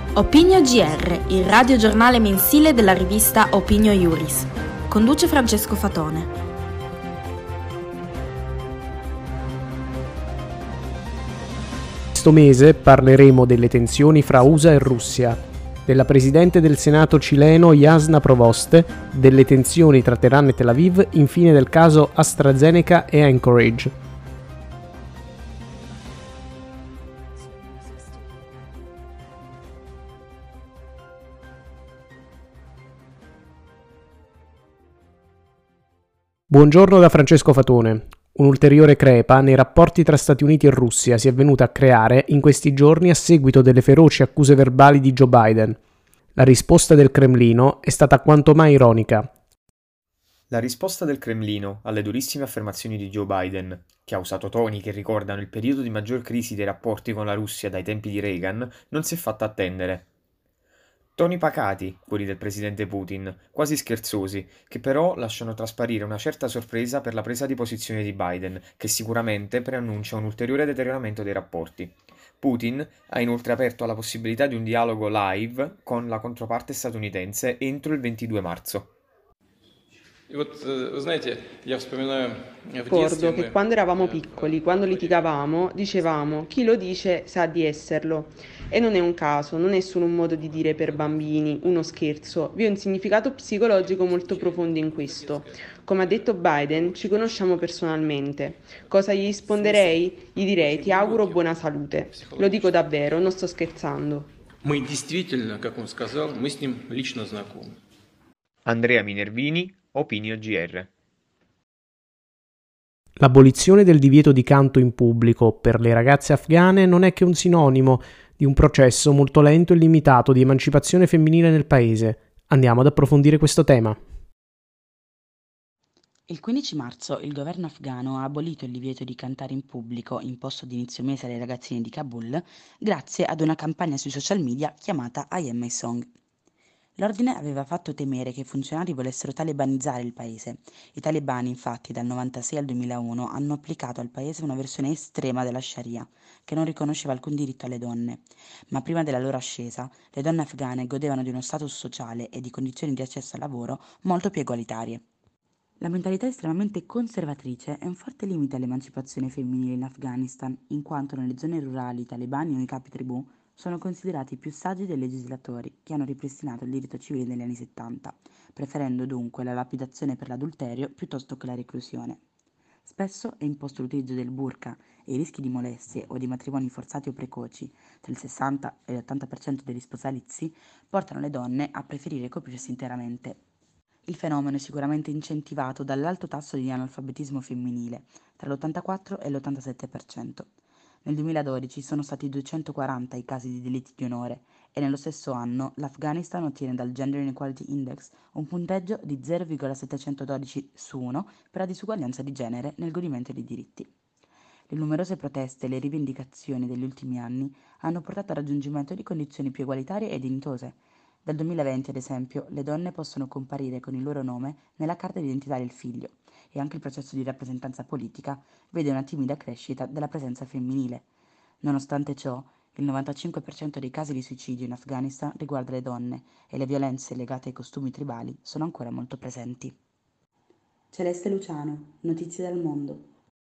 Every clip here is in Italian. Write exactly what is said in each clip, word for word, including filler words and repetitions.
Opinio G R, il radiogiornale mensile della rivista Opinio Iuris. Conduce Francesco Fatone. Questo mese parleremo delle tensioni fra U S A e Russia, della presidente del Senato cileno Jasna Provoste, delle tensioni tra Teheran e Tel Aviv, infine del caso AstraZeneca e Anchorage. Buongiorno da Francesco Fatone. Un'ulteriore crepa nei rapporti tra Stati Uniti e Russia si è venuta a creare in questi giorni a seguito delle feroci accuse verbali di Joe Biden. La risposta del Cremlino è stata quanto mai ironica. La risposta del Cremlino alle durissime affermazioni di Joe Biden, che ha usato toni che ricordano il periodo di maggior crisi dei rapporti con la Russia dai tempi di Reagan, non si è fatta attendere. Toni pacati, quelli del presidente Putin, quasi scherzosi, che però lasciano trasparire una certa sorpresa per la presa di posizione di Biden, che sicuramente preannuncia un ulteriore deterioramento dei rapporti. Putin ha inoltre aperto alla possibilità di un dialogo live con la controparte statunitense entro il ventidue marzo. Ricordo che quando eravamo piccoli, quando litigavamo, dicevamo chi lo dice sa di esserlo. E non è un caso, non è solo un modo di dire per bambini, uno scherzo, vi è un significato psicologico molto profondo in questo. Come ha detto Biden, ci conosciamo personalmente. Cosa gli risponderei? Gli direi ti auguro buona salute. Lo dico davvero, non sto scherzando. Andrea Minervini, Opinio G R. L'abolizione del divieto di canto in pubblico per le ragazze afghane non è che un sinonimo di un processo molto lento e limitato di emancipazione femminile nel paese. Andiamo ad approfondire questo tema. Il quindici marzo il governo afghano ha abolito il divieto di cantare in pubblico imposto ad inizio mese alle ragazzine di Kabul grazie ad una campagna sui social media chiamata I Am My Song. L'ordine aveva fatto temere che i funzionari volessero talebanizzare il paese. I talebani, infatti, dal novantasei al duemilauno hanno applicato al paese una versione estrema della Sharia, che non riconosceva alcun diritto alle donne. Ma prima della loro ascesa, le donne afghane godevano di uno status sociale e di condizioni di accesso al lavoro molto più egualitarie. La mentalità estremamente conservatrice è un forte limite all'emancipazione femminile in Afghanistan, in quanto nelle zone rurali i talebani o i capi tribù sono considerati più saggi dei legislatori che hanno ripristinato il diritto civile negli anni settanta, preferendo dunque la lapidazione per l'adulterio piuttosto che la reclusione. Spesso è imposto l'utilizzo del burqa e i rischi di molestie o di matrimoni forzati o precoci, tra il sessanta e l'ottanta per cento degli sposalizi, portano le donne a preferire coprirsi interamente. Il fenomeno è sicuramente incentivato dall'alto tasso di analfabetismo femminile, tra l'ottantaquattro e l'ottantasette per cento. Nel duemiladodici sono stati duecentoquaranta i casi di delitti di onore e nello stesso anno l'Afghanistan ottiene dal Gender Inequality Index un punteggio di zero virgola settecentododici su uno per la disuguaglianza di genere nel godimento dei diritti. Le numerose proteste e le rivendicazioni degli ultimi anni hanno portato al raggiungimento di condizioni più egualitarie e dignitose. Dal duemilaventi, ad esempio, le donne possono comparire con il loro nome nella carta d'identità del figlio e anche il processo di rappresentanza politica vede una timida crescita della presenza femminile. Nonostante ciò, il novantacinque per cento dei casi di suicidio in Afghanistan riguarda le donne e le violenze legate ai costumi tribali sono ancora molto presenti. Celeste Luciano, Notizie dal Mondo.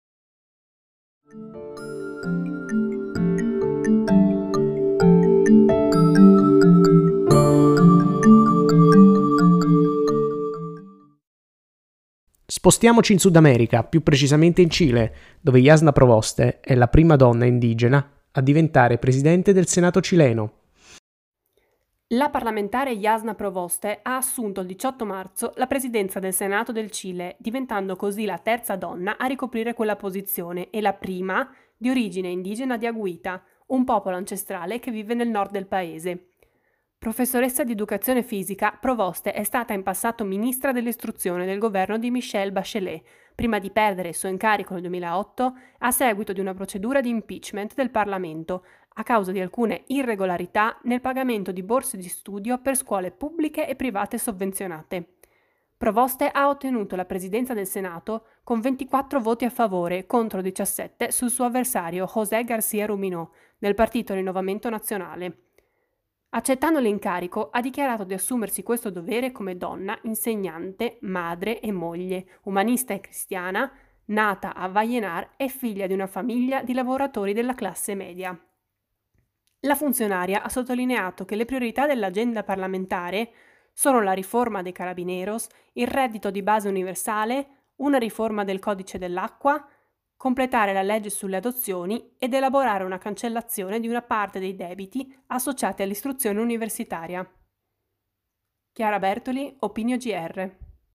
Spostiamoci in Sud America, più precisamente in Cile, dove Jasna Provoste è la prima donna indigena a diventare presidente del Senato cileno. La parlamentare Jasna Provoste ha assunto il diciotto marzo la presidenza del Senato del Cile, diventando così la terza donna a ricoprire quella posizione e la prima di origine indigena di Agüita, un popolo ancestrale che vive nel nord del paese. Professoressa di educazione fisica, Provoste è stata in passato ministra dell'istruzione del governo di Michelle Bachelet, prima di perdere il suo incarico nel duemilaotto a seguito di una procedura di impeachment del Parlamento a causa di alcune irregolarità nel pagamento di borse di studio per scuole pubbliche e private sovvenzionate. Provoste ha ottenuto la presidenza del Senato con ventiquattro voti a favore contro diciassette sul suo avversario José García Ruminó del Partito Rinnovamento Nazionale. Accettando l'incarico, ha dichiarato di assumersi questo dovere come donna, insegnante, madre e moglie, umanista e cristiana, nata a Vallenar e figlia di una famiglia di lavoratori della classe media. La funzionaria ha sottolineato che le priorità dell'agenda parlamentare sono la riforma dei Carabineros, il reddito di base universale, una riforma del codice dell'acqua, completare la legge sulle adozioni ed elaborare una cancellazione di una parte dei debiti associati all'istruzione universitaria. Chiara Bertoli, Opinio G R.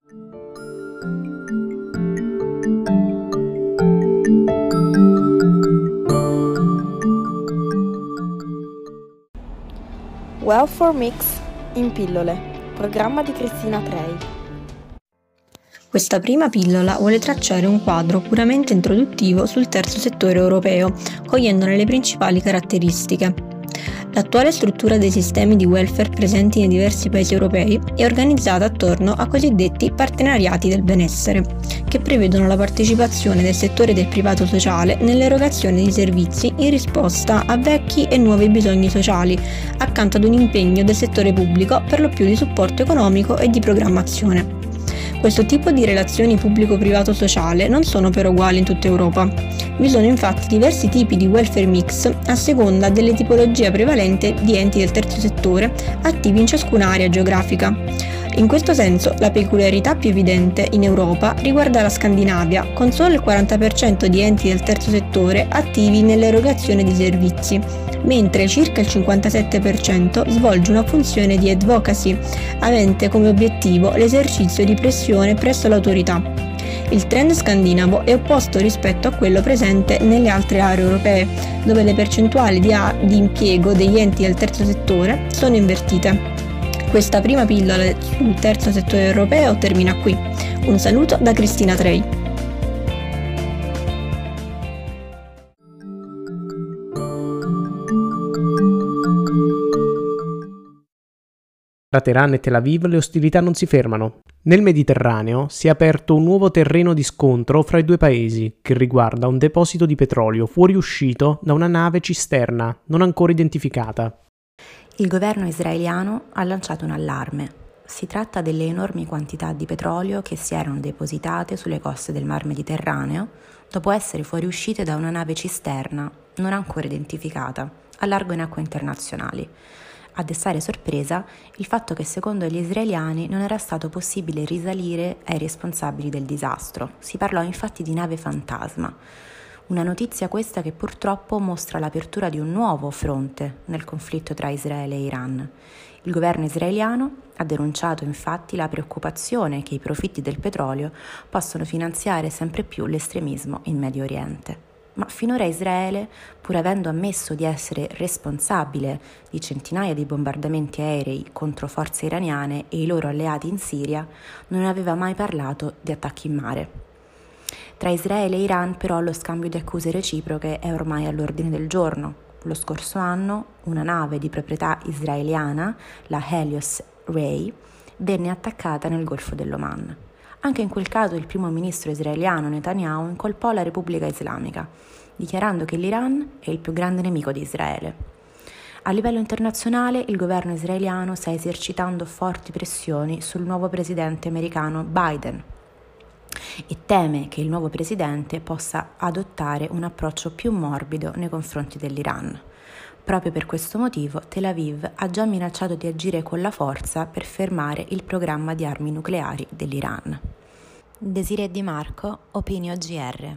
Welfare Mix in pillole, programma di Cristina Trei. Questa prima pillola vuole tracciare un quadro puramente introduttivo sul terzo settore europeo, cogliendone le principali caratteristiche. L'attuale struttura dei sistemi di welfare presenti nei diversi paesi europei è organizzata attorno a cosiddetti partenariati del benessere, che prevedono la partecipazione del settore del privato sociale nell'erogazione di servizi in risposta a vecchi e nuovi bisogni sociali, accanto ad un impegno del settore pubblico per lo più di supporto economico e di programmazione. Questo tipo di relazioni pubblico-privato-sociale non sono però uguali in tutta Europa. Vi sono infatti diversi tipi di welfare mix a seconda delle tipologie prevalenti di enti del terzo settore attivi in ciascuna area geografica. In questo senso, la peculiarità più evidente in Europa riguarda la Scandinavia, con solo il quaranta per cento di enti del terzo settore attivi nell'erogazione di servizi, mentre circa il cinquantasette per cento svolge una funzione di advocacy, avente come obiettivo l'esercizio di pressione presso l'autorità. Il trend scandinavo è opposto rispetto a quello presente nelle altre aree europee, dove le percentuali di, a- di impiego degli enti del terzo settore sono invertite. Questa prima pillola sul terzo settore europeo termina qui. Un saluto da Cristina Trei. Tra Teheran e Tel Aviv le ostilità non si fermano. Nel Mediterraneo si è aperto un nuovo terreno di scontro fra i due paesi che riguarda un deposito di petrolio fuoriuscito da una nave cisterna non ancora identificata. Il governo israeliano ha lanciato un allarme. Si tratta delle enormi quantità di petrolio che si erano depositate sulle coste del Mar Mediterraneo dopo essere fuoriuscite da una nave cisterna non ancora identificata a largo in acque internazionali. A destare sorpresa il fatto che secondo gli israeliani non era stato possibile risalire ai responsabili del disastro. Si parlò infatti di nave fantasma. Una notizia questa che purtroppo mostra l'apertura di un nuovo fronte nel conflitto tra Israele e Iran. Il governo israeliano ha denunciato infatti la preoccupazione che i profitti del petrolio possano finanziare sempre più l'estremismo in Medio Oriente. Ma finora Israele, pur avendo ammesso di essere responsabile di centinaia di bombardamenti aerei contro forze iraniane e i loro alleati in Siria, non aveva mai parlato di attacchi in mare. Tra Israele e Iran però lo scambio di accuse reciproche è ormai all'ordine del giorno. Lo scorso anno una nave di proprietà israeliana, la Helios Ray, venne attaccata nel Golfo dell'Oman. Anche in quel caso il primo ministro israeliano Netanyahu incolpò la Repubblica Islamica, dichiarando che l'Iran è il più grande nemico di Israele. A livello internazionale il governo israeliano sta esercitando forti pressioni sul nuovo presidente americano Biden e teme che il nuovo presidente possa adottare un approccio più morbido nei confronti dell'Iran. Proprio per questo motivo Tel Aviv ha già minacciato di agire con la forza per fermare il programma di armi nucleari dell'Iran. Desiree Di Marco, Opinio G R.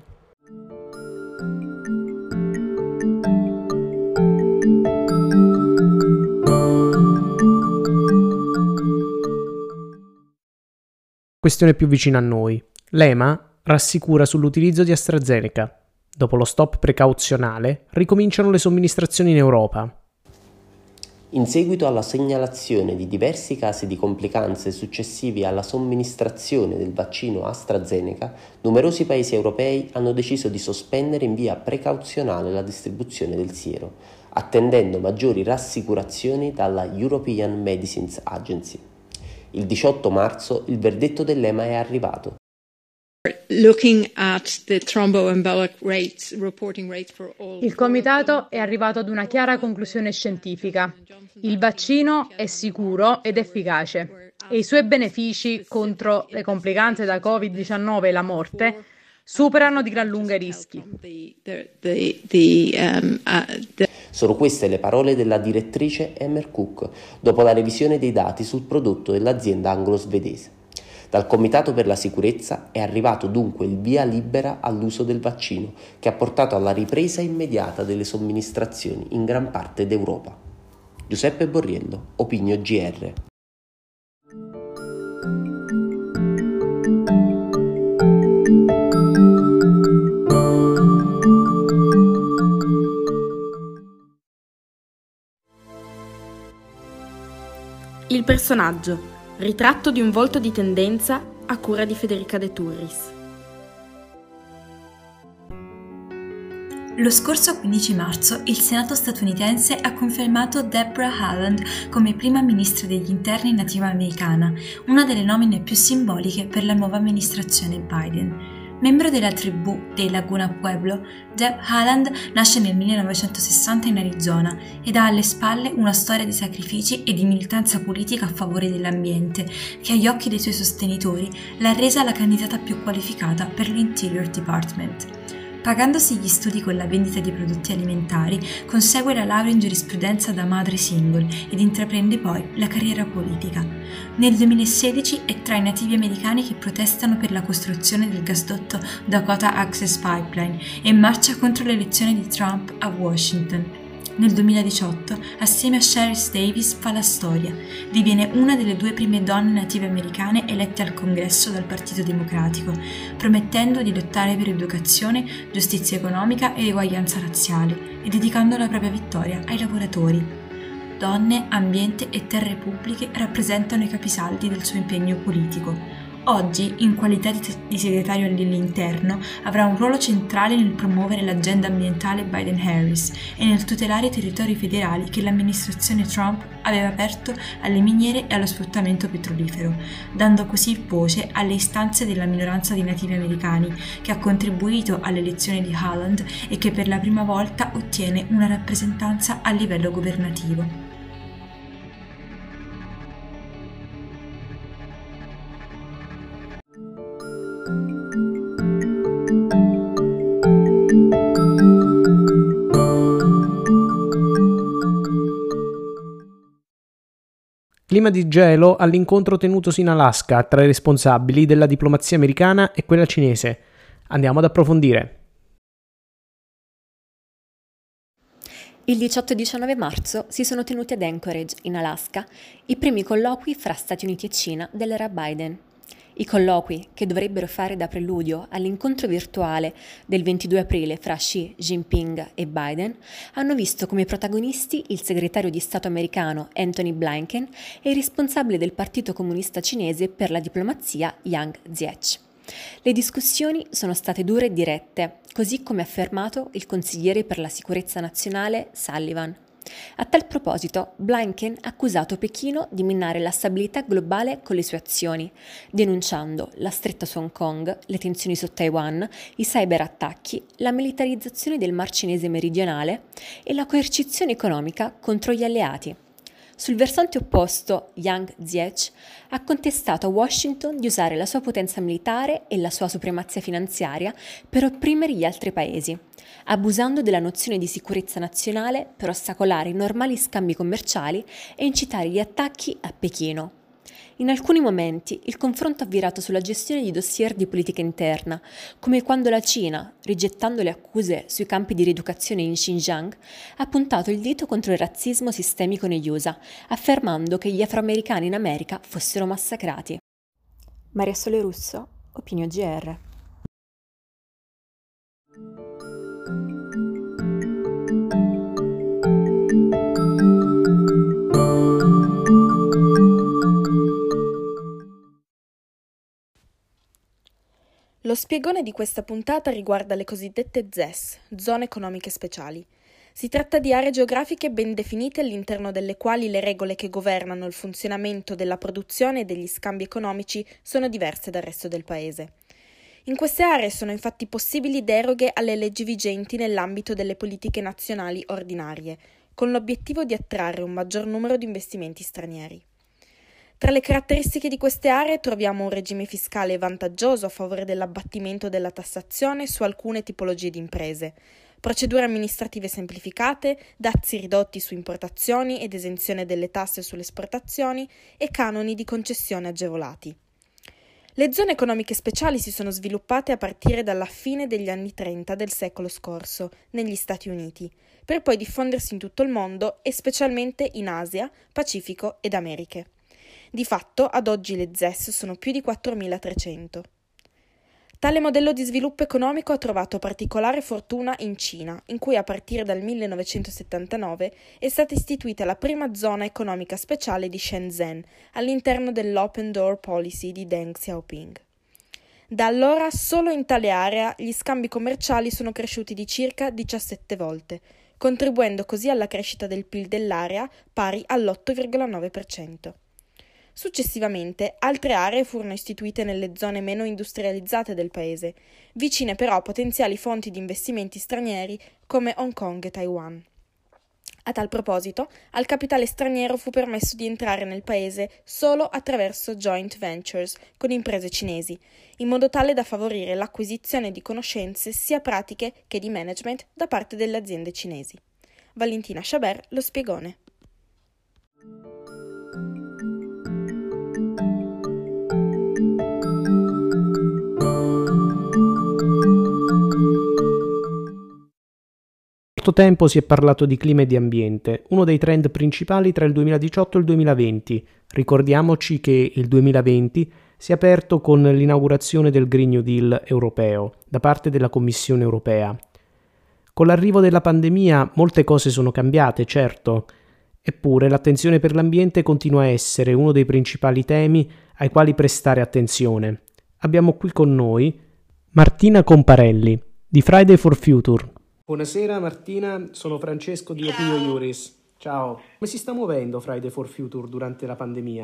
Questione più vicina a noi. L'E M A rassicura sull'utilizzo di AstraZeneca. Dopo lo stop precauzionale, ricominciano le somministrazioni in Europa. In seguito alla segnalazione di diversi casi di complicanze successivi alla somministrazione del vaccino AstraZeneca, numerosi paesi europei hanno deciso di sospendere in via precauzionale la distribuzione del siero, attendendo maggiori rassicurazioni dalla European Medicines Agency. Il diciotto marzo il verdetto dell'E M A è arrivato. Il comitato è arrivato ad una chiara conclusione scientifica. Il vaccino è sicuro ed efficace e i suoi benefici contro le complicanze da covid diciannove e la morte superano di gran lunga i rischi. Sono queste le parole della direttrice Emer Cook dopo la revisione dei dati sul prodotto dell'azienda anglo-svedese. Dal Comitato per la Sicurezza è arrivato dunque il via libera all'uso del vaccino, che ha portato alla ripresa immediata delle somministrazioni in gran parte d'Europa. Giuseppe Borriello, Opinio G R. Il personaggio. Ritratto di un volto di tendenza a cura di Federica De Turris. Lo scorso quindici marzo il Senato statunitense ha confermato Deborah Haaland come prima ministra degli interni nativa americana, una delle nomine più simboliche per la nuova amministrazione Biden. Membro della tribù dei Laguna Pueblo, Deb Haaland nasce nel millenovecentosessanta in Arizona ed ha alle spalle una storia di sacrifici e di militanza politica a favore dell'ambiente che agli occhi dei suoi sostenitori l'ha resa la candidata più qualificata per l'Interior Department. Pagandosi gli studi con la vendita di prodotti alimentari, consegue la laurea in giurisprudenza da madre single ed intraprende poi la carriera politica. Nel duemilasedici è tra i nativi americani che protestano per la costruzione del gasdotto Dakota Access Pipeline e marcia contro l'elezione di Trump a Washington. Nel duemiladiciotto, assieme a Sharice Davids, fa la storia. Diviene una delle due prime donne native americane elette al Congresso dal Partito Democratico, promettendo di lottare per educazione, giustizia economica e eguaglianza razziale, e dedicando la propria vittoria ai lavoratori. Donne, ambiente e terre pubbliche rappresentano i capisaldi del suo impegno politico. Oggi, in qualità di segretario all'interno, avrà un ruolo centrale nel promuovere l'agenda ambientale Biden-Harris e nel tutelare i territori federali che l'amministrazione Trump aveva aperto alle miniere e allo sfruttamento petrolifero, dando così voce alle istanze della minoranza di nativi americani che ha contribuito all'elezione di Haaland e che per la prima volta ottiene una rappresentanza a livello governativo. Clima di gelo all'incontro tenutosi in Alaska tra i responsabili della diplomazia americana e quella cinese. Andiamo ad approfondire. Il diciotto e diciannove marzo si sono tenuti ad Anchorage, in Alaska, i primi colloqui fra Stati Uniti e Cina dell'era Biden. I colloqui, che dovrebbero fare da preludio all'incontro virtuale del ventidue aprile fra Xi Jinping e Biden, hanno visto come protagonisti il segretario di Stato americano Antony Blinken e il responsabile del Partito Comunista Cinese per la diplomazia Yang Jiechi. Le discussioni sono state dure e dirette, così come affermato il consigliere per la sicurezza nazionale Sullivan. A tal proposito, Blinken ha accusato Pechino di minare la stabilità globale con le sue azioni, denunciando la stretta su Hong Kong, le tensioni su Taiwan, i cyberattacchi, la militarizzazione del Mar Cinese meridionale e la coercizione economica contro gli alleati. Sul versante opposto, Yang Jiechi ha contestato a Washington di usare la sua potenza militare e la sua supremazia finanziaria per opprimere gli altri paesi, abusando della nozione di sicurezza nazionale per ostacolare i normali scambi commerciali e incitare gli attacchi a Pechino. In alcuni momenti il confronto ha virato sulla gestione di dossier di politica interna, come quando la Cina, rigettando le accuse sui campi di rieducazione in Xinjiang, ha puntato il dito contro il razzismo sistemico negli U S A, affermando che gli afroamericani in America fossero massacrati. Maria Sole Russo, Opinio G R. Lo spiegone di questa puntata riguarda le cosiddette Z E S, zone economiche speciali. Si tratta di aree geografiche ben definite all'interno delle quali le regole che governano il funzionamento della produzione e degli scambi economici sono diverse dal resto del paese. In queste aree sono infatti possibili deroghe alle leggi vigenti nell'ambito delle politiche nazionali ordinarie, con l'obiettivo di attrarre un maggior numero di investimenti stranieri. Tra le caratteristiche di queste aree troviamo un regime fiscale vantaggioso a favore dell'abbattimento della tassazione su alcune tipologie di imprese, procedure amministrative semplificate, dazi ridotti su importazioni ed esenzione delle tasse sulle esportazioni e canoni di concessione agevolati. Le zone economiche speciali si sono sviluppate a partire dalla fine degli anni trenta del secolo scorso negli Stati Uniti, per poi diffondersi in tutto il mondo e specialmente in Asia, Pacifico ed Americhe. Di fatto, ad oggi le Z E S sono più di quattromilatrecento. Tale modello di sviluppo economico ha trovato particolare fortuna in Cina, in cui a partire dal millenovecentosettantanove è stata istituita la prima zona economica speciale di Shenzhen, all'interno dell'Open Door Policy di Deng Xiaoping. Da allora, solo in tale area, gli scambi commerciali sono cresciuti di circa diciassette volte, contribuendo così alla crescita del P I L dell'area pari all'otto virgola nove per cento. Successivamente, altre aree furono istituite nelle zone meno industrializzate del paese, vicine però a potenziali fonti di investimenti stranieri come Hong Kong e Taiwan. A tal proposito, al capitale straniero fu permesso di entrare nel paese solo attraverso joint ventures con imprese cinesi, in modo tale da favorire l'acquisizione di conoscenze sia pratiche che di management da parte delle aziende cinesi. Valentina Chabert, Lo Spiegone. molto tempo si è parlato di clima e di ambiente, uno dei trend principali tra il duemiladiciotto e il duemilaventi. Ricordiamoci che il duemilaventi si è aperto con l'inaugurazione del Green New Deal europeo da parte della Commissione europea. Con l'arrivo della pandemia molte cose sono cambiate, certo, eppure l'attenzione per l'ambiente continua a essere uno dei principali temi ai quali prestare attenzione. Abbiamo qui con noi Martina Comparelli di Friday for Future. Buonasera Martina, sono Francesco di Opinio Iuris. Ciao. Come si sta muovendo Friday for Future durante la pandemia?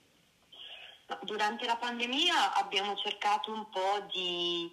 Durante la pandemia abbiamo cercato un po' di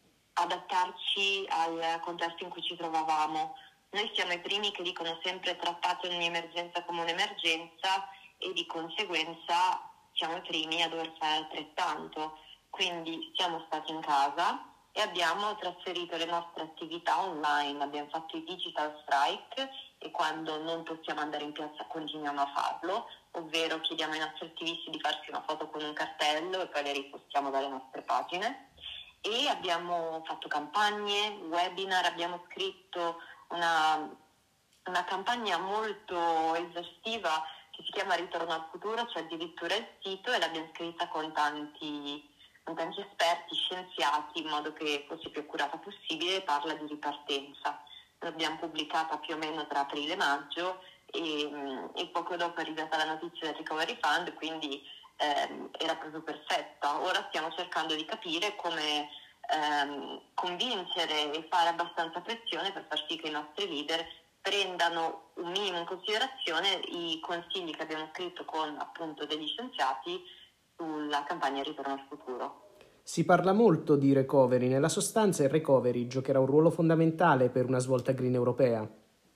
adattarci al contesto in cui ci trovavamo. Noi siamo i primi che dicono sempre trattate ogni emergenza come un'emergenza e di conseguenza siamo i primi a dover fare altrettanto. Quindi siamo stati in casa e abbiamo trasferito le nostre attività online, abbiamo fatto i digital strike e quando non possiamo andare in piazza continuiamo a farlo, ovvero chiediamo ai nostri attivisti di farsi una foto con un cartello e poi le ripostiamo dalle nostre pagine. E abbiamo fatto campagne, webinar, abbiamo scritto una, una campagna molto esaustiva che si chiama Ritorno al futuro, cioè addirittura il sito, e l'abbiamo scritta con tanti con tanti esperti, scienziati, in modo che fosse più accurata possibile, e parla di ripartenza. L'abbiamo pubblicata più o meno tra aprile e maggio e, e poco dopo è arrivata la notizia del Recovery Fund, quindi ehm, era proprio perfetta. Ora stiamo cercando di capire come ehm, convincere e fare abbastanza pressione per far sì che i nostri leader prendano un minimo in considerazione i consigli che abbiamo scritto con appunto degli scienziati sulla campagna Ritorno al futuro. Si parla molto di recovery, nella sostanza il recovery giocherà un ruolo fondamentale per una svolta green europea?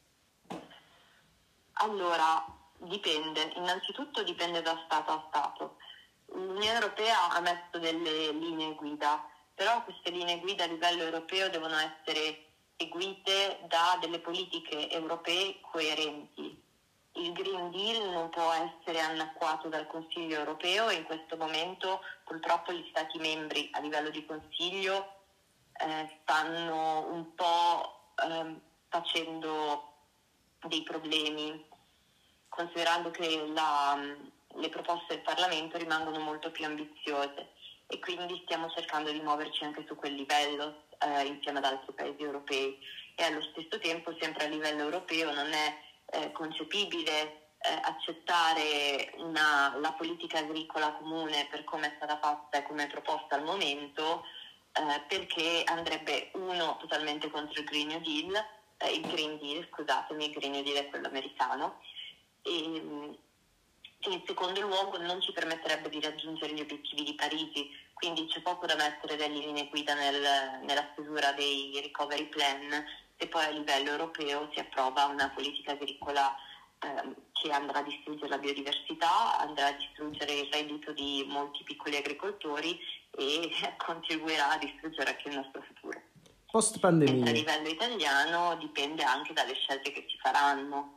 Allora, dipende, innanzitutto dipende da Stato a Stato. L'Unione Europea ha messo delle linee guida, però queste linee guida a livello europeo devono essere seguite da delle politiche europee coerenti. Il Green Deal non può essere annacquato dal Consiglio europeo e in questo momento purtroppo gli Stati membri a livello di Consiglio eh, stanno un po' eh, facendo dei problemi, considerando che la, le proposte del Parlamento rimangono molto più ambiziose e quindi stiamo cercando di muoverci anche su quel livello eh, insieme ad altri paesi europei. E allo stesso tempo, sempre a livello europeo, non è Eh, concepibile eh, accettare una, la politica agricola comune per come è stata fatta e come è proposta al momento, eh, perché andrebbe uno totalmente contro il Green New Deal, eh, il Green Deal, scusatemi, il Green New Deal è quello americano, e mh, in secondo luogo non ci permetterebbe di raggiungere gli obiettivi di Parigi, quindi c'è poco da mettere delle linee guida nel, nella stesura dei recovery plan se poi a livello europeo si approva una politica agricola eh, che andrà a distruggere la biodiversità, andrà a distruggere il reddito di molti piccoli agricoltori e contribuirà a distruggere anche il nostro futuro. Post pandemia. Mentre a livello italiano dipende anche dalle scelte che si faranno.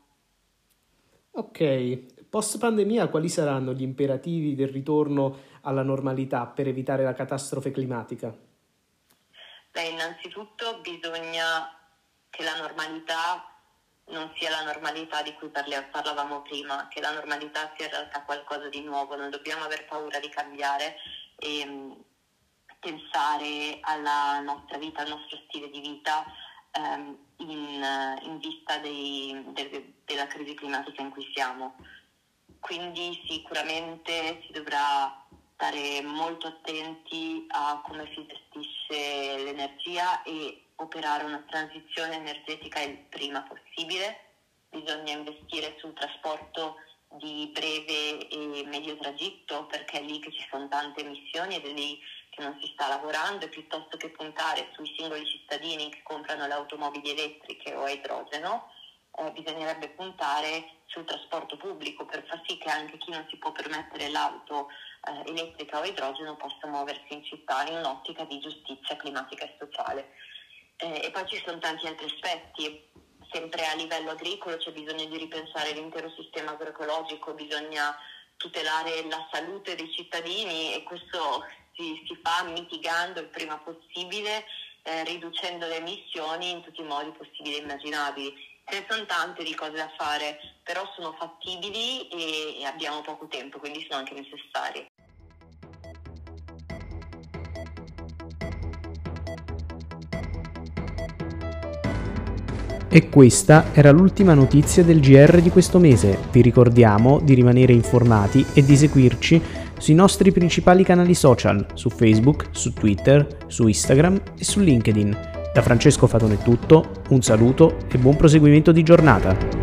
Ok, post pandemia quali saranno gli imperativi del ritorno alla normalità per evitare la catastrofe climatica? Beh, innanzitutto bisogna che la normalità non sia la normalità di cui parli- parlavamo prima, che la normalità sia in realtà qualcosa di nuovo, non dobbiamo aver paura di cambiare e mh, pensare alla nostra vita, al nostro stile di vita ehm, in, in vista dei, de, della crisi climatica in cui siamo. Quindi sicuramente si dovrà stare molto attenti a come si gestisce l'energia e operare una transizione energetica il prima possibile. Bisogna investire sul trasporto di breve e medio tragitto perché è lì che ci sono tante emissioni ed è lì che non si sta lavorando, e piuttosto che puntare sui singoli cittadini che comprano le automobili elettriche o a idrogeno, eh, bisognerebbe puntare sul trasporto pubblico per far sì che anche chi non si può permettere l'auto eh, elettrica o a idrogeno possa muoversi in città in un'ottica di giustizia climatica e sociale. Eh, e poi ci sono tanti altri aspetti. Sempre a livello agricolo c'è bisogno di ripensare l'intero sistema agroecologico, bisogna tutelare la salute dei cittadini e questo si, si fa mitigando il prima possibile, eh, riducendo le emissioni in tutti i modi possibili e immaginabili. Ce ne sono tante di cose da fare, però sono fattibili e, e abbiamo poco tempo, quindi sono anche necessarie. E questa era l'ultima notizia del G R di questo mese. Vi ricordiamo di rimanere informati e di seguirci sui nostri principali canali social, su Facebook, su Twitter, su Instagram e su LinkedIn. Da Francesco Fatone è tutto, un saluto e buon proseguimento di giornata.